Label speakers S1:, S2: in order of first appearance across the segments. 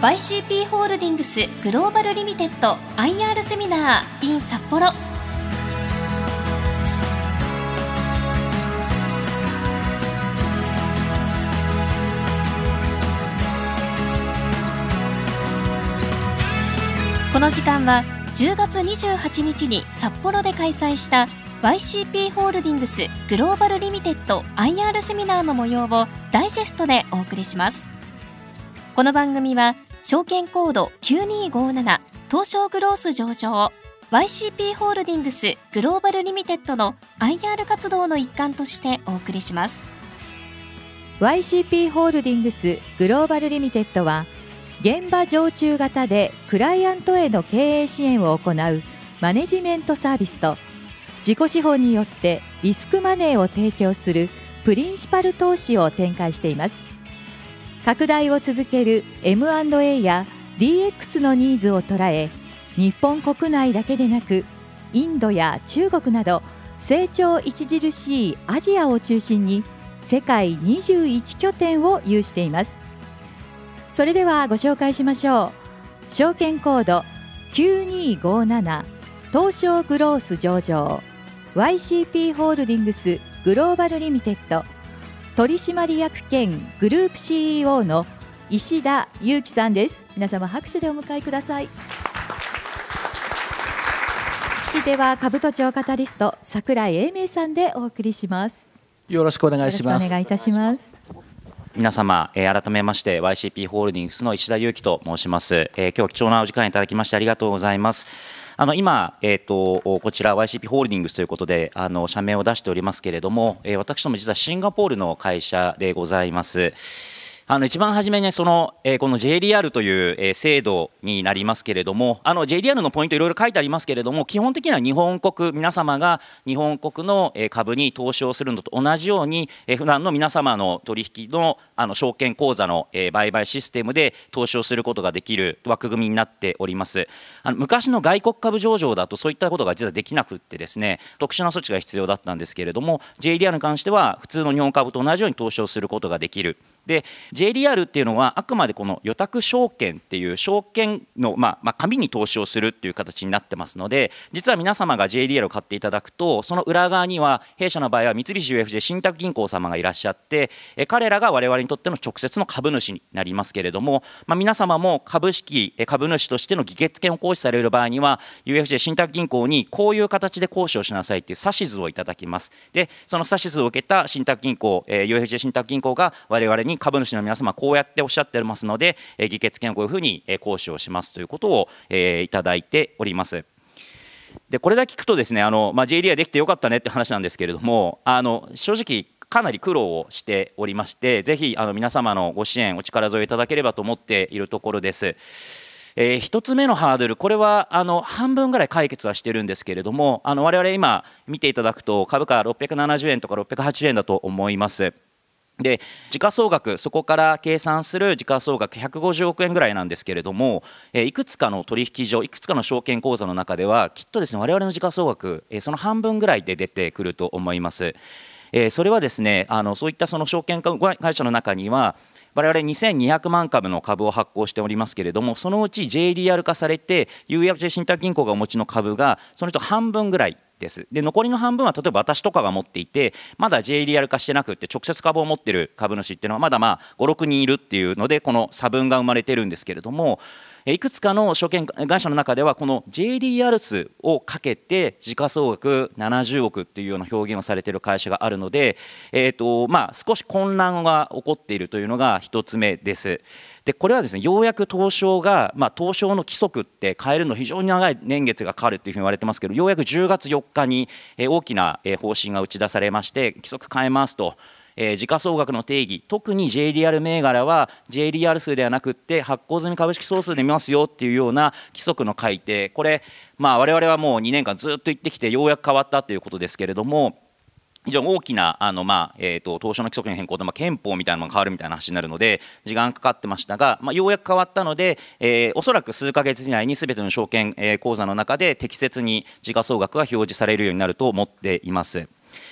S1: YCP ホールディングスグローバルリミテッド IR セミナー in 札幌。この時間は10月28日に札幌で開催した YCP ホールディングスグローバルリミテッド IR セミナーの模様をダイジェストでお送りします。この番組は証券コード9257東証グロース上場 YCP ホールディングスグローバルリミテッドの IR 活動の一環としてお送りします。
S2: YCP ホールディングスグローバルリミテッドは現場常駐型でクライアントへの経営支援を行うマネジメントサービスと、自己資本によってリスクマネーを提供するプリンシパル投資を展開しています。拡大を続ける M&A や DX のニーズを捉え、日本国内だけでなくインドや中国など成長著しいアジアを中心に世界21拠点を有しています。それではご紹介しましょう。証券コード9257東証グロース上場 YCP ホールディングスグローバルリミテッド取締役兼グループ CEO の石田裕樹さんです。皆様拍手でお迎えください。では株都庁カタリスト櫻井英明さんでお送りします。
S3: よろしくお願いします。
S2: よろしくお願いいたします。
S4: 皆様、改めまして YCP ホールディングスの石田裕樹と申します。今日は貴重なお時間いただきましてありがとうございます。今、こちら YCP ホールディングスということで社名を出しておりますけれども、私ども実はシンガポールの会社でございます。一番初めにこの JDR という制度になりますけれども、JDR のポイントいろいろ書いてありますけれども、基本的には日本国、皆様が日本国の株に投資をするのと同じように、普段の皆様の取引の証券口座の売買システムで投資をすることができる枠組みになっております。昔の外国株上場だとそういったことが実はできなくってですね、特殊な措置が必要だったんですけれども、 JDR に関しては普通の日本株と同じように投資をすることができる。で JDR っていうのはあくまでこの予託証券っていう証券の、紙に投資をするっていう形になってますので、実は皆様が JDR を買っていただくと、その裏側には弊社の場合は三菱 UFJ 信託銀行様がいらっしゃって、彼らが我々にとっての直接の株主になりますけれども、皆様も株主としての議決権を行使される場合には UFJ 信託銀行にこういう形で行使をしなさいという指図をいただきます。でその指図を受けた信託銀行、UFJ 信託銀行が我々に株主の皆様こうやっておっしゃってますので、議決権をこういうふうに行使をしますということをいただいております。でこれだけ聞くとですね、JDR できてよかったねって話なんですけれども、正直かなり苦労をしておりまして、ぜひ皆様のご支援お力添えいただければと思っているところです。1つ目のハードル、これは半分ぐらい解決はしてるんですけれども、我々今見ていただくと株価670円とか680円だと思います。で時価総額、そこから計算する時価総額150億円ぐらいなんですけれども、いくつかの取引所、いくつかの証券口座の中ではきっとですね、我々の時価総額その半分ぐらいで出てくると思います。それはですね、そういったその証券会社の中には我々2200万株の株を発行しておりますけれども、そのうち JDR 化されて UFJ 信託銀行がお持ちの株がその人半分ぐらいです。で残りの半分は例えば私とかが持っていて、まだ JDR 化してなくって直接株を持っている株主っていうのはまだ5、6人いるっていうので、この差分が生まれてるんですけれども、いくつかの証券会社の中ではこの JDR 数をかけて時価総額70億っていうような表現をされている会社があるので、少し混乱が起こっているというのが1つ目です。でこれはですね、ようやく東証が、東証の規則って変えるの非常に長い年月がかかるというふうに言われてますけど、ようやく10月4日に大きな方針が打ち出されまして、規則変えますと。時価総額の定義、特に JDR 銘柄は JDR 数ではなくって発行済み株式総数で見ますよっていうような規則の改定、これ、我々はもう2年間ずっと言ってきてようやく変わったということですけれども、非常に大きな東証の規則の変更で、憲法みたいなのが変わるみたいな話になるので時間かかってましたが、ようやく変わったので、おそらく数ヶ月以内に全ての証券口座の中で適切に時価総額が表示されるようになると思っています。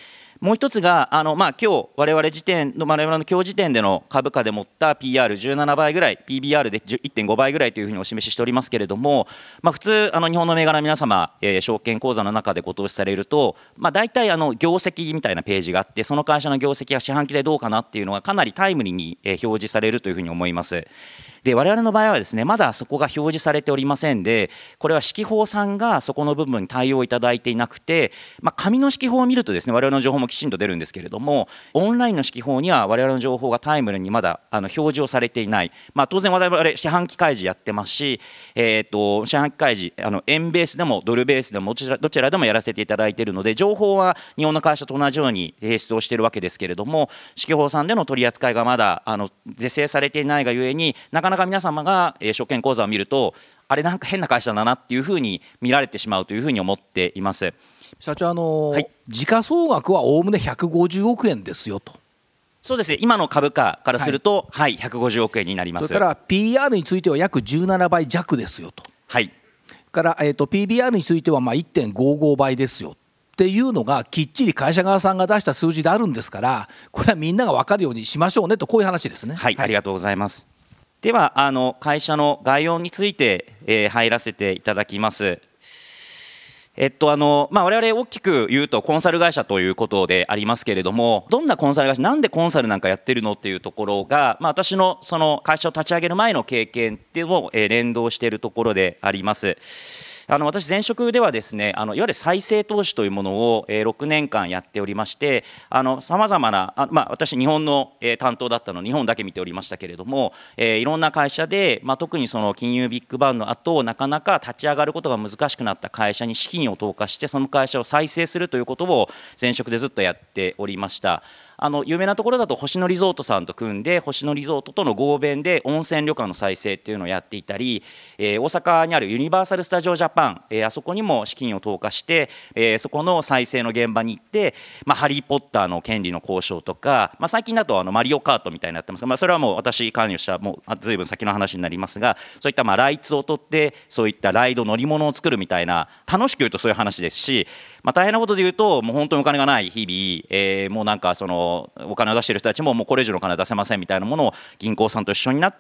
S4: もう一つが今日我々の今日時点での株価で持った PR17 倍ぐらい PBR で 1.5 倍ぐらいというふうにお示ししておりますけれども、普通日本の銘柄の皆様、証券口座の中でご投資されると、大体業績みたいなページがあって、その会社の業績が四半期でどうかなっていうのがかなりタイムリーに表示されるというふうに思います。で我々の場合はですね、まだそこが表示されておりませんで、これは四季報さんがそこの部分に対応いただいていなくて、紙の四季報を見るとですね、我々の情報もきちんと出るんですけれども、オンラインの四季報には我々の情報がタイムリーにまだ表示をされていない。当然我々四半期開示やってますし、四半期開示円ベースでもドルベースでもどちらでもやらせていただいているので、情報は日本の会社と同じように提出をしているわけですけれども、四季報さんでの取り扱いがまだ是正されていないがゆえに、なかなか皆様が証券口座を見ると、あれなんか変な会社だなっていうふうに見られてしまうというふうに思っています。
S3: 社長、時価総額はおおむね150億円ですよと。
S4: そうですね、今の株価からすると、150億円になります。
S3: それから PR については約17倍弱ですよと。から、PBR については1.55 倍ですよっていうのがきっちり会社側さんが出した数字であるんですから、これはみんなが分かるようにしましょうねと、こういう話ですね。
S4: ありがとうございます。では会社の概要について、入らせていただきます。我々大きく言うとコンサル会社ということでありますけれども、どんなコンサル会社、なんでコンサルなんかやってるのっていうところが、私のその会社を立ち上げる前の経験っていうのも連動しているところであります。私前職ではですね、いわゆる再生投資というものを6年間やっておりまして、さまざまな私日本の担当だったので日本だけ見ておりましたけれども、いろんな会社で、特にその金融ビッグバンの後なかなか立ち上がることが難しくなった会社に資金を投下して、その会社を再生するということを前職でずっとやっておりました。有名なところだと星野リゾートさんと組んで、星野リゾートとの合弁で温泉旅館の再生っていうのをやっていたり、大阪にあるユニバーサル・スタジオ・ジャパン、あそこにも資金を投下して、そこの再生の現場に行って、ハリー・ポッターの権利の交渉とか、最近だとマリオカートみたいになってますが、それはもう私関与したもう随分先の話になりますが、そういったライツを取って、そういったライド乗り物を作るみたいな、楽しく言うとそういう話ですし、大変なことで言うと、もう本当にお金がない日々、もうなんかそのお金を出している人たちももうこれ以上のお金は出せませんみたいなものを銀行さんと一緒になって、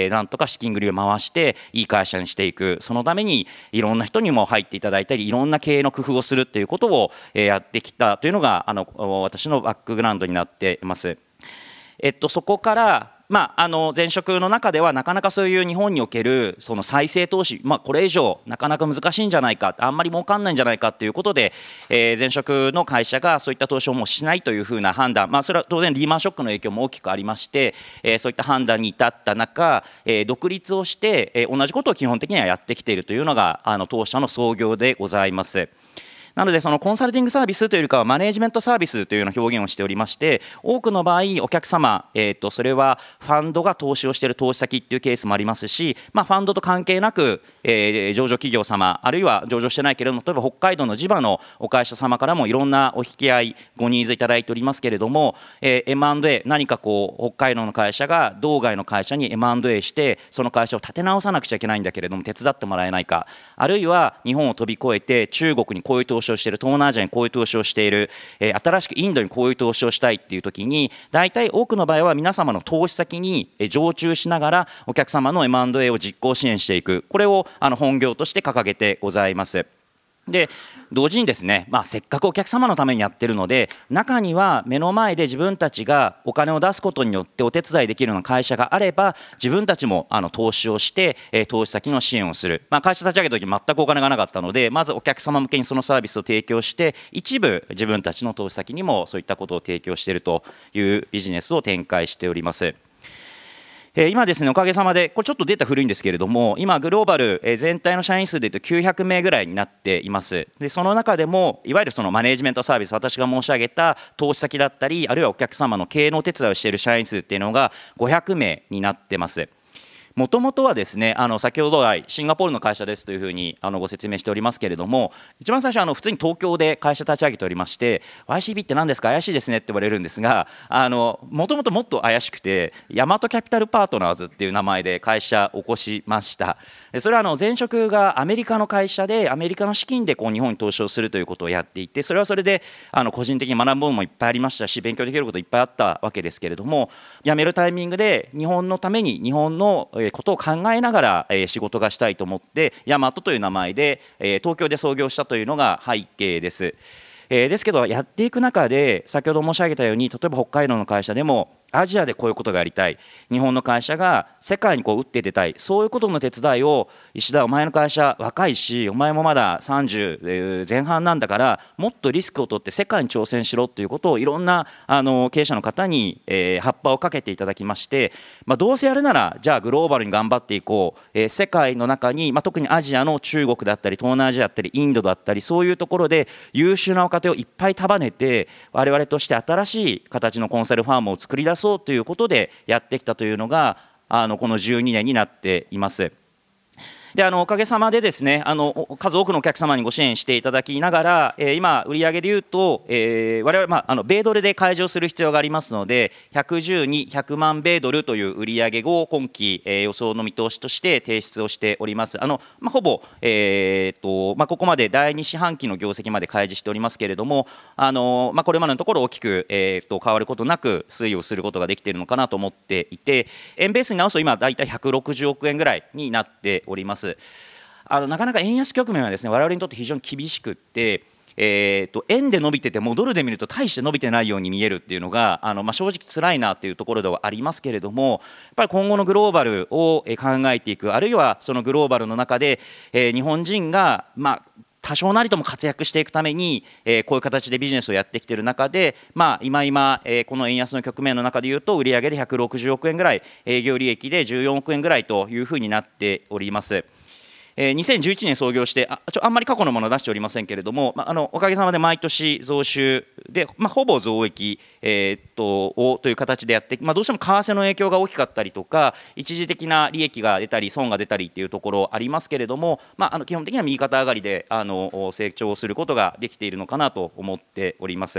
S4: なんとか資金繰りを回していい会社にしていく、そのためにいろんな人にも入っていただいたり、いろんな経営の工夫をするっていうことをやってきたというのが私のバックグラウンドになっています。そこから前職の中ではなかなかそういう日本におけるその再生投資、これ以上なかなか難しいんじゃないか、あんまり儲かんないんじゃないかということで、前職の会社がそういった投資をもうしないというふうな判断、それは当然リーマンショックの影響も大きくありまして、そういった判断に至った中、独立をして、同じことを基本的にはやってきているというのが当社の創業でございます。なのでそのコンサルティングサービスというよりかはマネジメントサービスというような表現をしておりまして、多くの場合お客様、それはファンドが投資をしている投資先っていうケースもありますし、ファンドと関係なく、上場企業様あるいは上場してないけれども、例えば北海道の地場のお会社様からもいろんなお引き合いごニーズいただいておりますけれども、M&A 何か北海道の会社が道外の会社に M&A してその会社を立て直さなくちゃいけないんだけれども手伝ってもらえないか、あるいは日本を飛び越えて中国にこういう投資をしている、東南アジアにこういう投資をしている、新しくインドにこういう投資をしたいっていう時に、大体多くの場合は皆様の投資先に常駐しながらお客様の M&A を実行支援していく、これを本業として掲げてございます。で同時にですね、せっかくお客様のためにやってるので、中には目の前で自分たちがお金を出すことによってお手伝いできるような会社があれば、自分たちも投資をして、投資先の支援をする、会社立ち上げた時全くお金がなかったので、まずお客様向けにそのサービスを提供して、一部自分たちの投資先にもそういったことを提供しているというビジネスを展開しております。今ですね、おかげさまで、これちょっとデータ古いんですけれども、今グローバル全体の社員数でいうと900名ぐらいになっています。でその中でもいわゆるそのマネジメントサービス、私が申し上げた投資先だったり、あるいはお客様の経営のお手伝いをしている社員数っていうのが500名になってます。 もともとはですね、先ほど来シンガポールの会社ですというふうにご説明しておりますけれども、一番最初は普通に東京で会社立ち上げておりまして、 YCP って何ですか、怪しいですねって言われるんですが、もともともっと怪しくて、ヤマトキャピタルパートナーズっていう名前で会社を起こしました。それは前職がアメリカの会社で、アメリカの資金で日本に投資をするということをやっていて、それはそれで個人的に学ぶものもいっぱいありましたし、勉強できることいっぱいあったわけですけれども、辞めるタイミングで日本のために日本のことを考えながら仕事がしたいと思って、ヤマトという名前で東京で創業したというのが背景です。ですけど、やっていく中で先ほど申し上げたように、例えば北海道の会社でもアジアでこういうことがやりたい、日本の会社が世界に打って出たい、そういうことの手伝いを、石田お前の会社若いし、お前もまだ30前半なんだから、もっとリスクを取って世界に挑戦しろということをいろんな経営者の方に葉っぱをかけていただきまして、どうせやるならじゃあグローバルに頑張っていこう、世界の中に、特にアジアの中国だったり東南アジアだったりインドだったり、そういうところで優秀な若手をいっぱい束ねて、我々として新しい形のコンサルファームを作り出そうということでやってきたというのがこの12年になっています。でおかげさまでですね、数多くのお客様にご支援していただきながら、今売上でいうと、我々、米ドルで開示をする必要がありますので、112、100万米ドルという売上を今期、予想の見通しとして提出をしております。ほぼ、ここまで第2四半期の業績まで開示しておりますけれども、これまでのところ大きく、変わることなく推移をすることができているのかなと思っていて、円ベースに直すと今だいたい160億円ぐらいになっております。なかなか円安局面はですね、我々にとって非常に厳しくって、円で伸びててもドルで見ると大して伸びてないように見えるっていうのが正直辛いなというところではありますけれども、やっぱり今後のグローバルを考えていく、あるいはそのグローバルの中で、日本人が多少なりとも活躍していくために、こういう形でビジネスをやってきている中で、今、この円安の局面の中でいうと、売上で160億円ぐらい、営業利益で14億円ぐらいというふうになっております。2011年創業して、あんまり過去のものは出しておりませんけれども、おかげさまで毎年増収で、ほぼ増益、という形でやって、どうしても為替の影響が大きかったりとか、一時的な利益が出たり損が出たりというところありますけれども、基本的には右肩上がりで成長することができているのかなと思っております。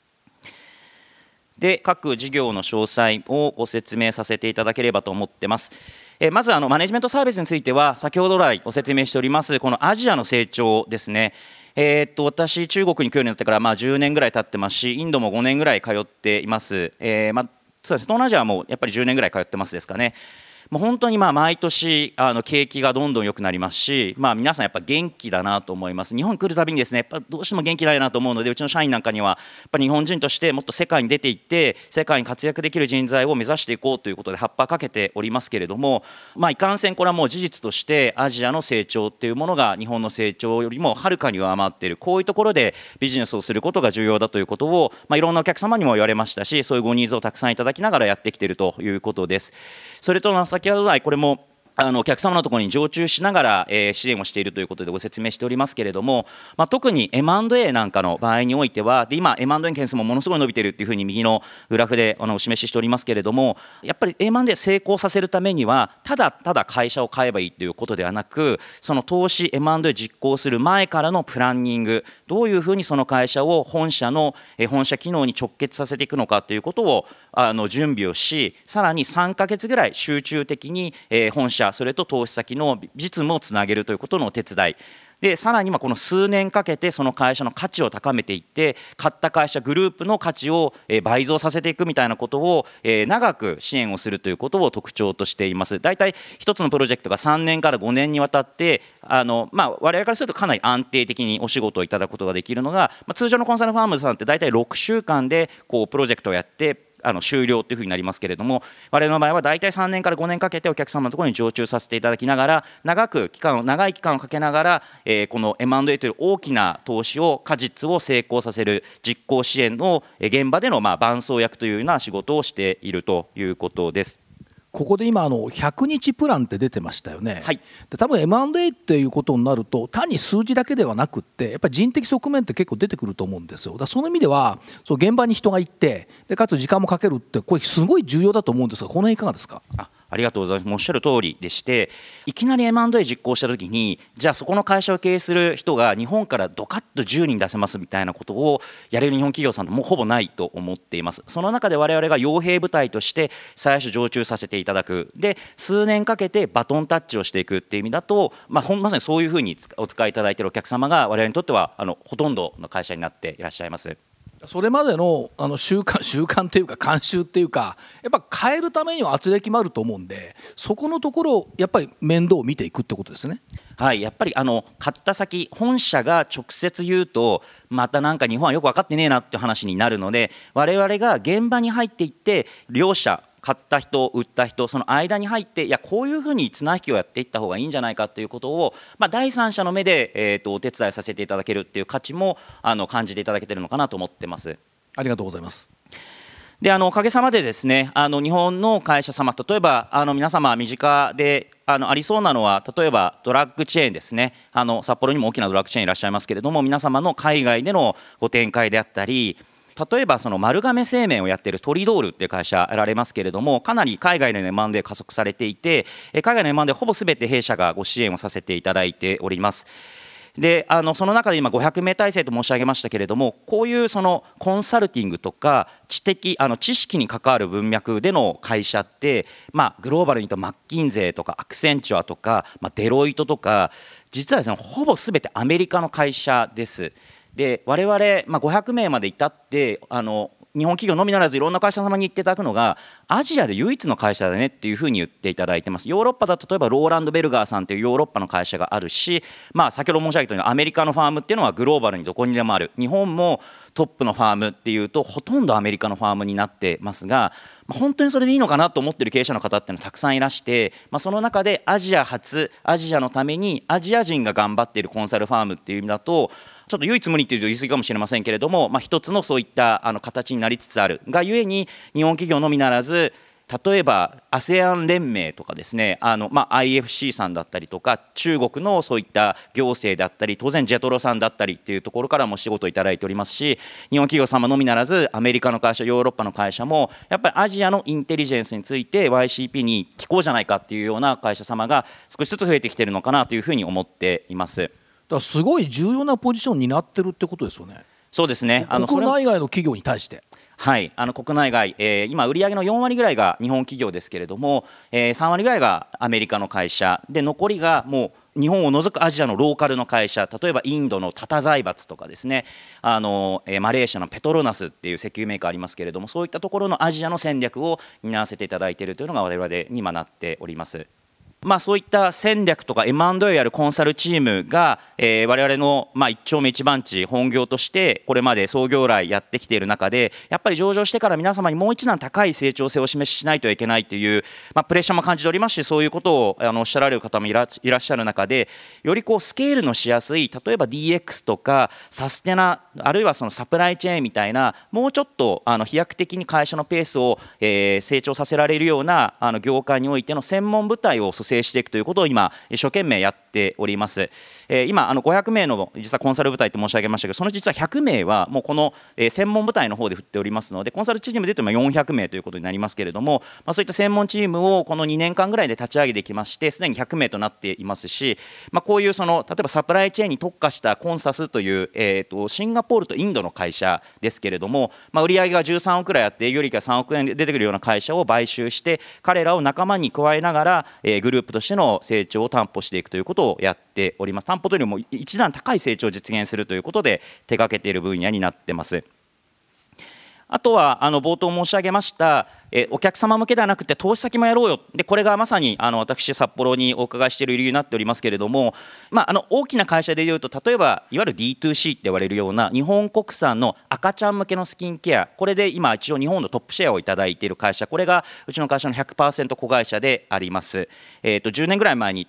S4: で、各事業の詳細をご説明させていただければと思ってます。まずマネジメントサービスについては、先ほど来ご説明しておりますこのアジアの成長ですね。私、中国に来るようになってから10年ぐらい経ってますし、インドも5年ぐらい通っています。そうですね、東南アジアもやっぱり10年ぐらい通ってますですかね。もう本当に毎年景気がどんどん良くなりますし、皆さんやっぱ元気だなと思います。日本に来るたびにですね、やっぱどうしても元気ないなと思うので、うちの社員なんかにはやっぱり日本人としてもっと世界に出ていって世界に活躍できる人材を目指していこうということで葉っぱかけておりますけれども、いかんせんこれはもう事実としてアジアの成長っていうものが日本の成長よりもはるかに上回っている、こういうところでビジネスをすることが重要だということを、いろんなお客様にも言われましたし、そういうごニーズをたくさんいただきながらやってきているということです。それと先ほど来これもお客様のところに常駐しながら支援をしているということでご説明しておりますけれども、特に M&A なんかの場合においては、で今 M&A 件数もものすごい伸びているというふうに右のグラフでお示ししておりますけれども、やっぱり M&A 成功させるためにはただただ会社を買えばいいということではなく、その投資 M&A 実行する前からのプランニング、どういうふうにその会社を本社機能に直結させていくのかということを準備をし、さらに3ヶ月ぐらい集中的に本社それと投資先の実務をつなげるということのお手伝いで、さらにこの数年かけてその会社の価値を高めていって、買った会社グループの価値を倍増させていくみたいなことを長く支援をするということを特徴としています。だいたい一つのプロジェクトが3年から5年にわたって我々からするとかなり安定的にお仕事をいただくことができるのが、通常のコンサルファームさんってだいたい6週間でプロジェクトをやって終了というふうになりますけれども、我々の場合はだいたい3年から5年かけてお客様のところに常駐させていただきながら、長い期間をかけながら、この M&A という大きな投資果実を成功させる実行支援の現場での伴走役というような仕事をしているということです。
S3: ここで今100日プランって出てましたよね、
S4: はい、
S3: で多分 M&A っていうことになると単に数字だけではなくってやっぱり人的側面って結構出てくると思うんですよ。だからその意味では現場に人が行ってでかつ時間もかけるってこれすごい重要だと思うんですが、この辺いかがですか。
S4: あありがとうございます。おっしゃる通りでして、いきなり M&A 実行したときに、じゃあそこの会社を経営する人が日本からドカッと10人出せますみたいなことをやれる日本企業さんともうほぼないと思っています。その中で我々が傭兵部隊として最初常駐させていただく、で数年かけてバトンタッチをしていくっていう意味だと、まさにそういうふうにお使いいただいているお客様が我々にとってはほとんどの会社になっていらっしゃいます。
S3: それまでの習慣というか慣習っていうか、やっぱ変えるためには圧力もあると思うんで、そこのところをやっぱり面倒を見ていくってことですね。
S4: はい、やっぱり買った先、本社が直接言うとまたなんか日本はよく分かってねえなっていう話になるので、我々が現場に入っていって両者買った人、売った人、その間に入って、いやこういうふうに綱引きをやっていった方がいいんじゃないかということを、第三者の目で、お手伝いさせていただけるっていう価値も感じていただけているのかなと思ってます。
S3: ありがとうございます。
S4: でおかげさまでですね、日本の会社様、例えば皆様身近でありそうなのは、例えばドラッグチェーンですね。札幌にも大きなドラッグチェーンいらっしゃいますけれども、皆様の海外でのご展開であったり、例えばその丸亀製麺をやっているトリドールっていう会社やられますけれども、かなり海外のM&A加速されていて、海外のM&Aほぼすべて弊社がご支援をさせていただいております。でその中で今500名体制と申し上げましたけれども、こういうそのコンサルティングとか知識に関わる文脈での会社って、グローバルに言うとマッキンゼーとかアクセンチュアとか、デロイトとか、実はですねほぼすべてアメリカの会社です。で我々、500名まで至って日本企業のみならずいろんな会社様に言っていただくのが、アジアで唯一の会社だねっていうふうに言っていただいてます。ヨーロッパだと例えばローランドベルガーさんというヨーロッパの会社があるし、先ほど申し上げたようにアメリカのファームっていうのはグローバルにどこにでもある。日本もトップのファームっていうとほとんどアメリカのファームになってますが、本当にそれでいいのかなと思っている経営者の方っていうのはたくさんいらして、その中でアジア発、アジアのためにアジア人が頑張っているコンサルファームっていう意味だと、ちょっと唯一無二というと言い過ぎかもしれませんけれども、一つのそういった形になりつつあるがゆえに、日本企業のみならず例えば ASEAN 連盟とかですね、IFC さんだったりとか、中国のそういった行政だったり、当然ジェトロさんだったりっていうところからも仕事をいただいておりますし、日本企業様のみならずアメリカの会社、ヨーロッパの会社もやっぱりアジアのインテリジェンスについて YCP に聞こうじゃないかっていうような会社様が少しずつ増えてきているのかなというふうに思っています。
S3: だからすごい重要なポジションになってるってことですよね。
S4: そうですね。
S3: 国内外の企業に対して。
S4: はい、国内外、今売上の4割ぐらいが日本企業ですけれども、3割ぐらいがアメリカの会社で、残りがもう日本を除くアジアのローカルの会社、例えばインドのタタ財閥とかですね、マレーシアのペトロナスっていう石油メーカーありますけれども、そういったところのアジアの戦略を担わせていただいているというのが我々に今なっております。そういった戦略とか M&A やるコンサルチームが、我々の一丁目一番地本業としてこれまで創業来やってきている中で、やっぱり上場してから皆様にもう一段高い成長性を示しないといけないという、プレッシャーも感じておりますし、そういうことをおっしゃられる方もいらっしゃる中で、よりスケールのしやすい、例えば DX とかサステナ、あるいはそのサプライチェーンみたいな、もうちょっと飛躍的に会社のペースを、成長させられるような業界においての専門部隊を蘇生していくということを今一生懸命やっております。今500名の実はコンサル部隊と申し上げましたけど、その実は100名はもうこの専門部隊の方で振っておりますので、コンサルチームでいうと400名ということになりますけれども、そういった専門チームをこの2年間ぐらいで立ち上げてきまして、すでに100名となっていますし、こういう例えばサプライチェーンに特化したコンサスという、シンガポールとインドの会社ですけれども、売上が13億くらいあって営業利益が3億円で出てくるような会社を買収して、彼らを仲間に加えながら、グループとしての成長を担保していくということをやっております。担保というよりも一段高い成長を実現するということで手掛けている分野になっています。あとは冒頭申し上げましたお客様向けではなくて投資先もやろうよ、でこれがまさに私札幌にお伺いしている理由になっておりますけれども、大きな会社でいうと、例えばいわゆる D2C って言われるような日本国産の赤ちゃん向けのスキンケア、これで今一応日本のトップシェアをいただいている会社、これがうちの会社の 100% 子会社であります。10年ぐらい前に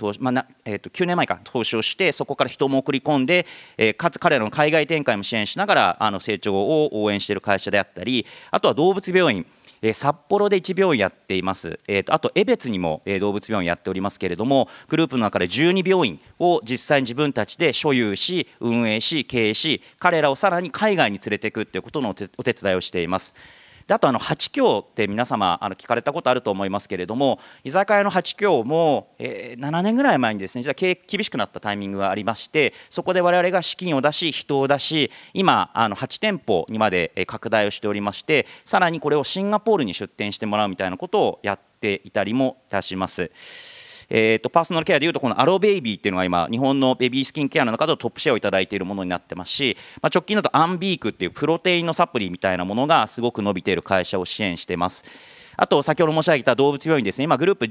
S4: 9年前か投資をして、そこから人も送り込んで、かつ彼らの海外展開も支援しながら成長を応援している会社であったり、あとは動物病院、札幌で1病院やっています。あと江別にも動物病院やっておりますけれども、グループの中で12病院を実際に自分たちで所有し運営し経営し、彼らをさらに海外に連れていくということのお手伝いをしています。 であと8強って皆様聞かれたことあると思いますけれども、居酒屋の8強も、7年ぐらい前にですね、実は経営厳しくなったタイミングがありまして、そこで我々が資金を出し人を出し、今8店舗にまで拡大をしておりまして、さらにこれをシンガポールに出店してもらうみたいなことをやっていたりもいたします。パーソナルケアでいうとこのアロベイビーっていうのが今日本のベビースキンケアの中でトップシェアをいただいているものになってますし、直近だとアンビークっていうプロテインのサプリみたいなものがすごく伸びている会社を支援しています。あと先ほど申し上げた動物病院ですね、今グループ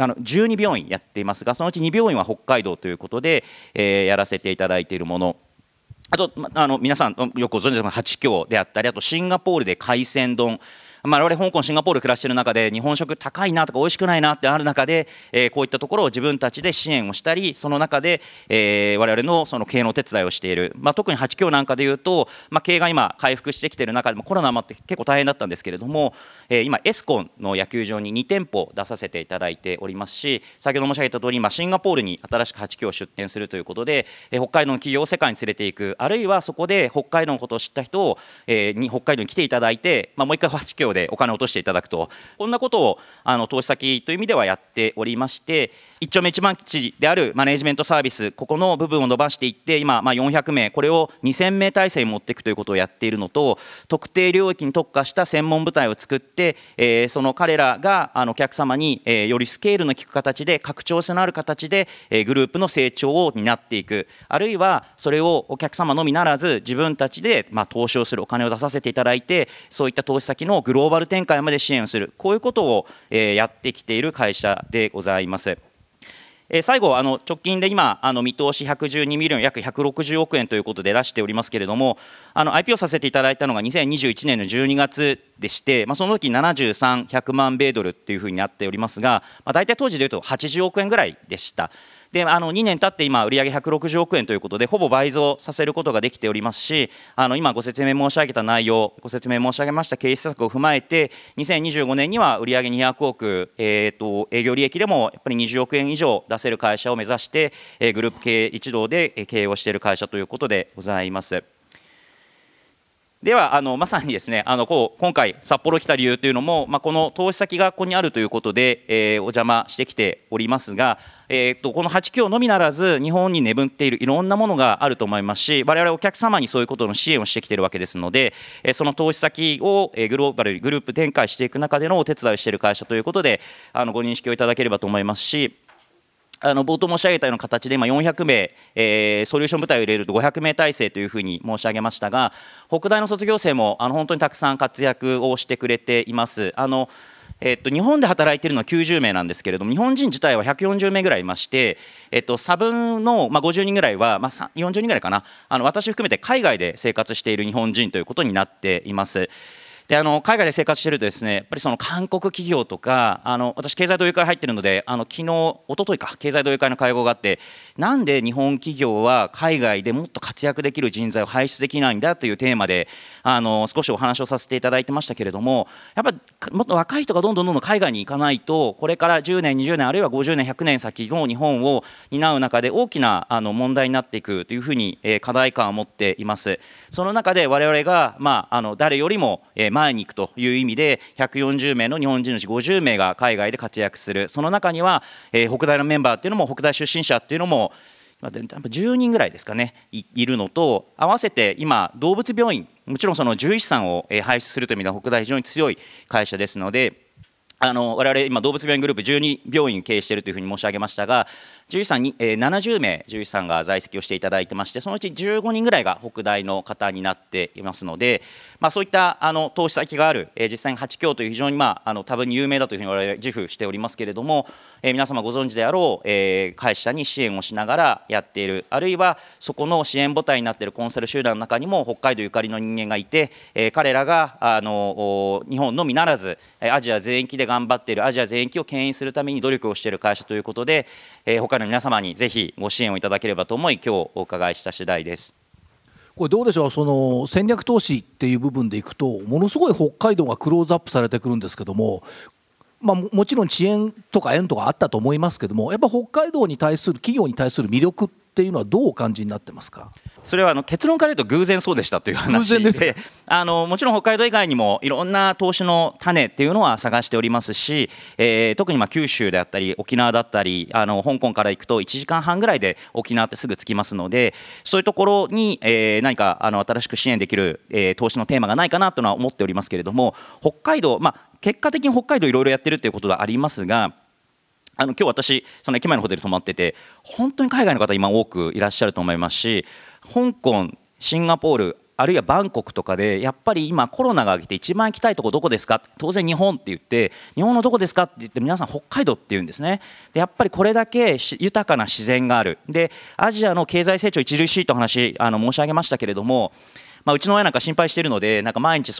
S4: 12病院やっていますが、そのうち2病院は北海道ということで、やらせていただいているもの、あと皆さんよくご存知の8強であったり、あとシンガポールで海鮮丼、我々香港、シンガポール暮らしている中で日本食高いなとか美味しくないなってある中で、こういったところを自分たちで支援をしたり、その中で、我々のその経営の手伝いをしている、特に8強なんかでいうと、経営が今回復してきている中でもコロナもあって結構大変だったんですけれども、今エスコンの野球場に2店舗出させていただいておりますし、先ほど申し上げた通り今シンガポールに新しく8強を出店するということで、北海道の企業を世界に連れていく、あるいはそこで北海道のことを知った人を、北海道に来ていただいて、もう一回8強でお金を落としていただくと、こんなことを投資先という意味ではやっておりまして、一丁目一番地であるマネジメントサービス、ここの部分を伸ばしていって、今400名、これを2000名体制に持っていくということをやっているのと、特定領域に特化した専門部隊を作って、その彼らがお客様によりスケールの効く形で、拡張性のある形でグループの成長を担っていく、あるいはそれをお客様のみならず自分たちで投資をする、お金を出させていただいて、そういった投資先のグローバル展開まで支援をする、こういうことをやってきている会社でございます。最後直近で今見通し112ミリオン約160億円ということで出しておりますけれども、IPO させていただいたのが2021年の12月でして、その時73、100万米ドルっていうふうになっておりますが、大体当時でいうと80億円ぐらいでした。で2年経って今売上160億円ということでほぼ倍増させることができておりますし、今ご説明申し上げた内容、ご説明申し上げました経営施策を踏まえて、2025年には売上200億、営業利益でもやっぱり20億円以上出せる会社を目指して、グループ経営一同で経営をしている会社ということでございます。ではまさにですね今回札幌来た理由というのも、この投資先がここにあるということで、お邪魔してきておりますが、この8強のみならず日本に眠っているいろんなものがあると思いますし、我々お客様にそういうことの支援をしてきているわけですので、その投資先をグローバルグループ展開していく中でのお手伝いをしている会社ということでご認識をいただければと思いますし、冒頭申し上げたような形で今400名、ソリューション部隊を入れると500名体制というふうに申し上げましたが、北大の卒業生も本当にたくさん活躍をしてくれています。日本で働いているのは90名なんですけれども、日本人自体は140名ぐらいいまして、差分の50人ぐらいは、40人ぐらいかな、私含めて海外で生活している日本人ということになっています。で海外で生活しているとですね、やっぱりその韓国企業とか私経済同友会入っているので昨日一昨日か経済同友会の会合があって、なんで日本企業は海外でもっと活躍できる人材を輩出できないんだというテーマで少しお話をさせていただいてましたけれども、やっぱもっと若い人がどんどん海外に行かないと、これから10年20年あるいは50年100年先の日本を担う中で大きな問題になっていくというふうに課題感を持っています。その中で我々が誰よりも前に行くという意味で140名の日本人のうち50名が海外で活躍する、その中には北大のメンバーっていうのも北大出身者っていうのも10人ぐらいですかね いるのと、合わせて今動物病院、もちろんその獣医師さんを輩出するという意味では北大非常に強い会社ですので、我々今動物病院グループ12病院経営しているというふうに申し上げましたが、獣医師さんに70名獣医師さんが在籍をしていただいてまして、そのうち15人ぐらいが北大の方になっていますので、そういった投資先がある実際に8強という非常に多分に有名だというふうに我々自負しておりますけれども、皆様ご存知であろう会社に支援をしながらやっている、あるいはそこの支援母体になっているコンサル集団の中にも北海道ゆかりの人間がいて、彼らが日本のみならずアジア全域で頑張っている、アジア全域を牽引するために努力をしている会社ということで、北海道の皆様にぜひご支援をいただければと思い今日お伺いした次第です。
S3: これどうでしょう、その戦略投資っていう部分でいくとものすごい北海道がクローズアップされてくるんですけども、もちろん遅延とか縁とかあったと思いますけども、やっぱ北海道に対する企業に対する魅力っていうのはどうお感じになってますか。
S4: それは結論から言うと偶然そうでしたという話で、もちろん北海道以外にもいろんな投資の種っていうのは探しておりますし、特に九州であったり沖縄だったり香港から行くと1時間半ぐらいで沖縄ってすぐ着きますので、そういうところに、何か新しく支援できる、投資のテーマがないかなというのは思っておりますけれども、北海道、結果的に北海道いろいろやってるということはありますが、今日私その駅前のホテル泊まってて、本当に海外の方今多くいらっしゃると思いますし、香港、シンガポール、あるいはバンコクとかでやっぱり今コロナが来て一番行きたいところどこですか、当然日本って言って、日本のどこですかって言って皆さん北海道って言うんですね。でやっぱりこれだけ豊かな自然がある、でアジアの経済成長著しいと話申し上げましたけれども、うちの親なんか心配しているので、なんか毎日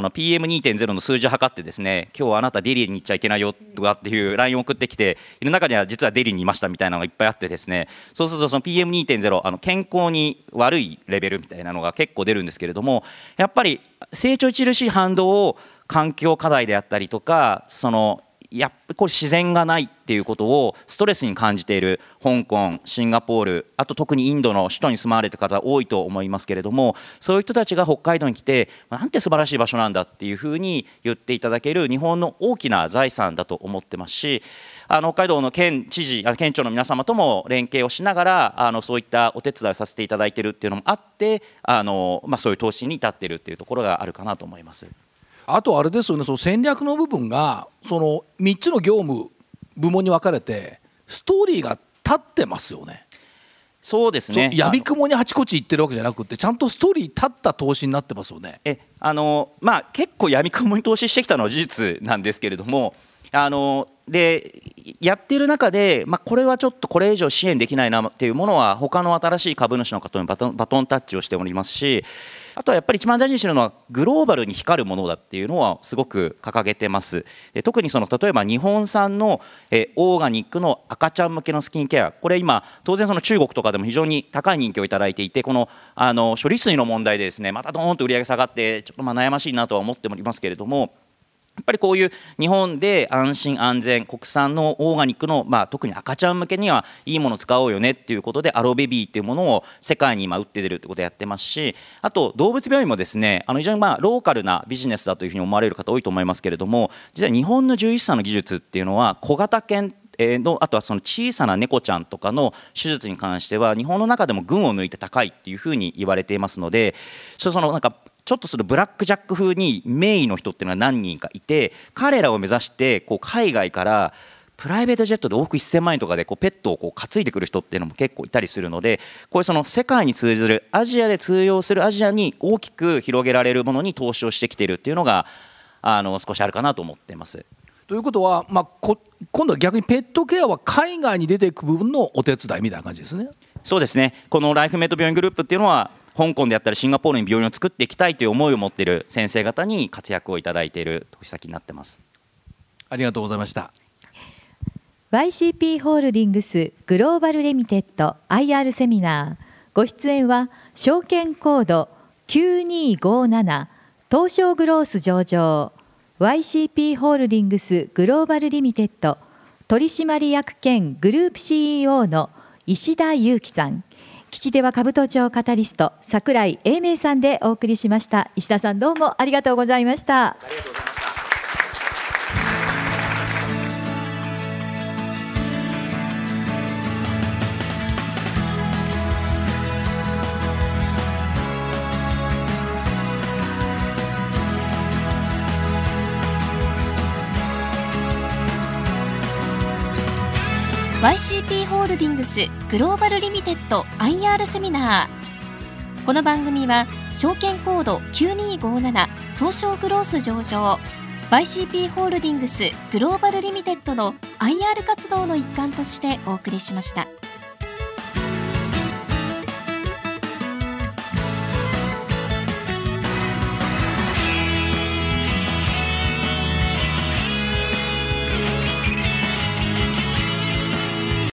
S4: PM2.0 の数字を測ってですね、今日あなたデリーに行っちゃいけないよとかっていう LINE を送ってきて、いる中には実はデリーにいましたみたいなのがいっぱいあってですね、そうするとその PM2.0 健康に悪いレベルみたいなのが結構出るんですけれども、やっぱり成長著しい反動を環境課題であったりとか、やっぱりこれ自然がないっていうことをストレスに感じている香港、シンガポール、あと特にインドの首都に住まわれている方多いと思いますけれども、そういう人たちが北海道に来てなんて素晴らしい場所なんだっていうふうに言っていただける日本の大きな財産だと思ってますし、北海道の県知事、県庁の皆様とも連携をしながらそういったお手伝いをさせていただいているっていうのもあってそういう投資に至っているっていうところがあるかなと思います。
S3: あとあれですよね、その戦略の部分がその3つの業務部門に分かれてストーリーが立ってますよね。
S4: そうですね、
S3: やみくもにあちこち行ってるわけじゃなくて、ちゃんとストーリー立った投資になってますよね。
S4: 結構やみくもに投資してきたのは事実なんですけれども、でやっている中で、これはちょっとこれ以上支援できないなっていうものは他の新しい株主の方にバトンタッチをしておりますし、あとはやっぱり一番大事にしているのはグローバルに光るものだっていうのはすごく掲げてます。特に例えば日本産のオーガニックの赤ちゃん向けのスキンケア、これ今当然中国とかでも非常に高い人気をいただいていて、この処理水の問題でですね、またドーンと売り上げ下がってちょっと悩ましいなとは思っておりますけれども、やっぱりこういう日本で安心安全国産のオーガニックの、特に赤ちゃん向けにはいいものを使おうよねっていうことでアロベビーっていうものを世界に今売って出るってことをやってますし、あと動物病院もですね非常にローカルなビジネスだというふうに思われる方多いと思いますけれども、実は日本の獣医師さんの技術っていうのは小型犬あとはその小さな猫ちゃんとかの手術に関しては日本の中でも群を抜いて高いっていうふうに言われていますので、なんかちょっとするブラックジャック風に名医の人っていうのが何人かいて、彼らを目指して海外からプライベートジェットで往復1000万円とかでペットを担いでくる人っていうのも結構いたりするので、こういう世界に通ずるアジアで通用するアジアに大きく広げられるものに投資をしてきているっていうのが少しあるかなと思っています。
S3: ということは、今度は逆にペットケアは海外に出ていく部分のお手伝いみたいな感じですね。
S4: そうですね、このライフメイト病院グループっていうのは香港であったりシンガポールに病院を作っていきたいという思いを持っている先生方に活躍をいただいている投資先になっています。
S3: ありがとうございました。
S2: YCP ホールディングスグローバルリミテッド IR セミナー、ご出演は証券コード9257東証グロース上場 YCP ホールディングスグローバルリミテッド取締役兼グループ CEO の石田裕樹さん、聞き手は株都庁カタリスト櫻井英明さんでお送りしました。石田さん、どうもありがとうございました。
S3: ありがとうございました。
S1: YCP ホールディングスグローバルリミテッド IR セミナー。この番組は証券コード9257東証グロース上場 YCP ホールディングスグローバルリミテッドの IR 活動の一環としてお送りしました。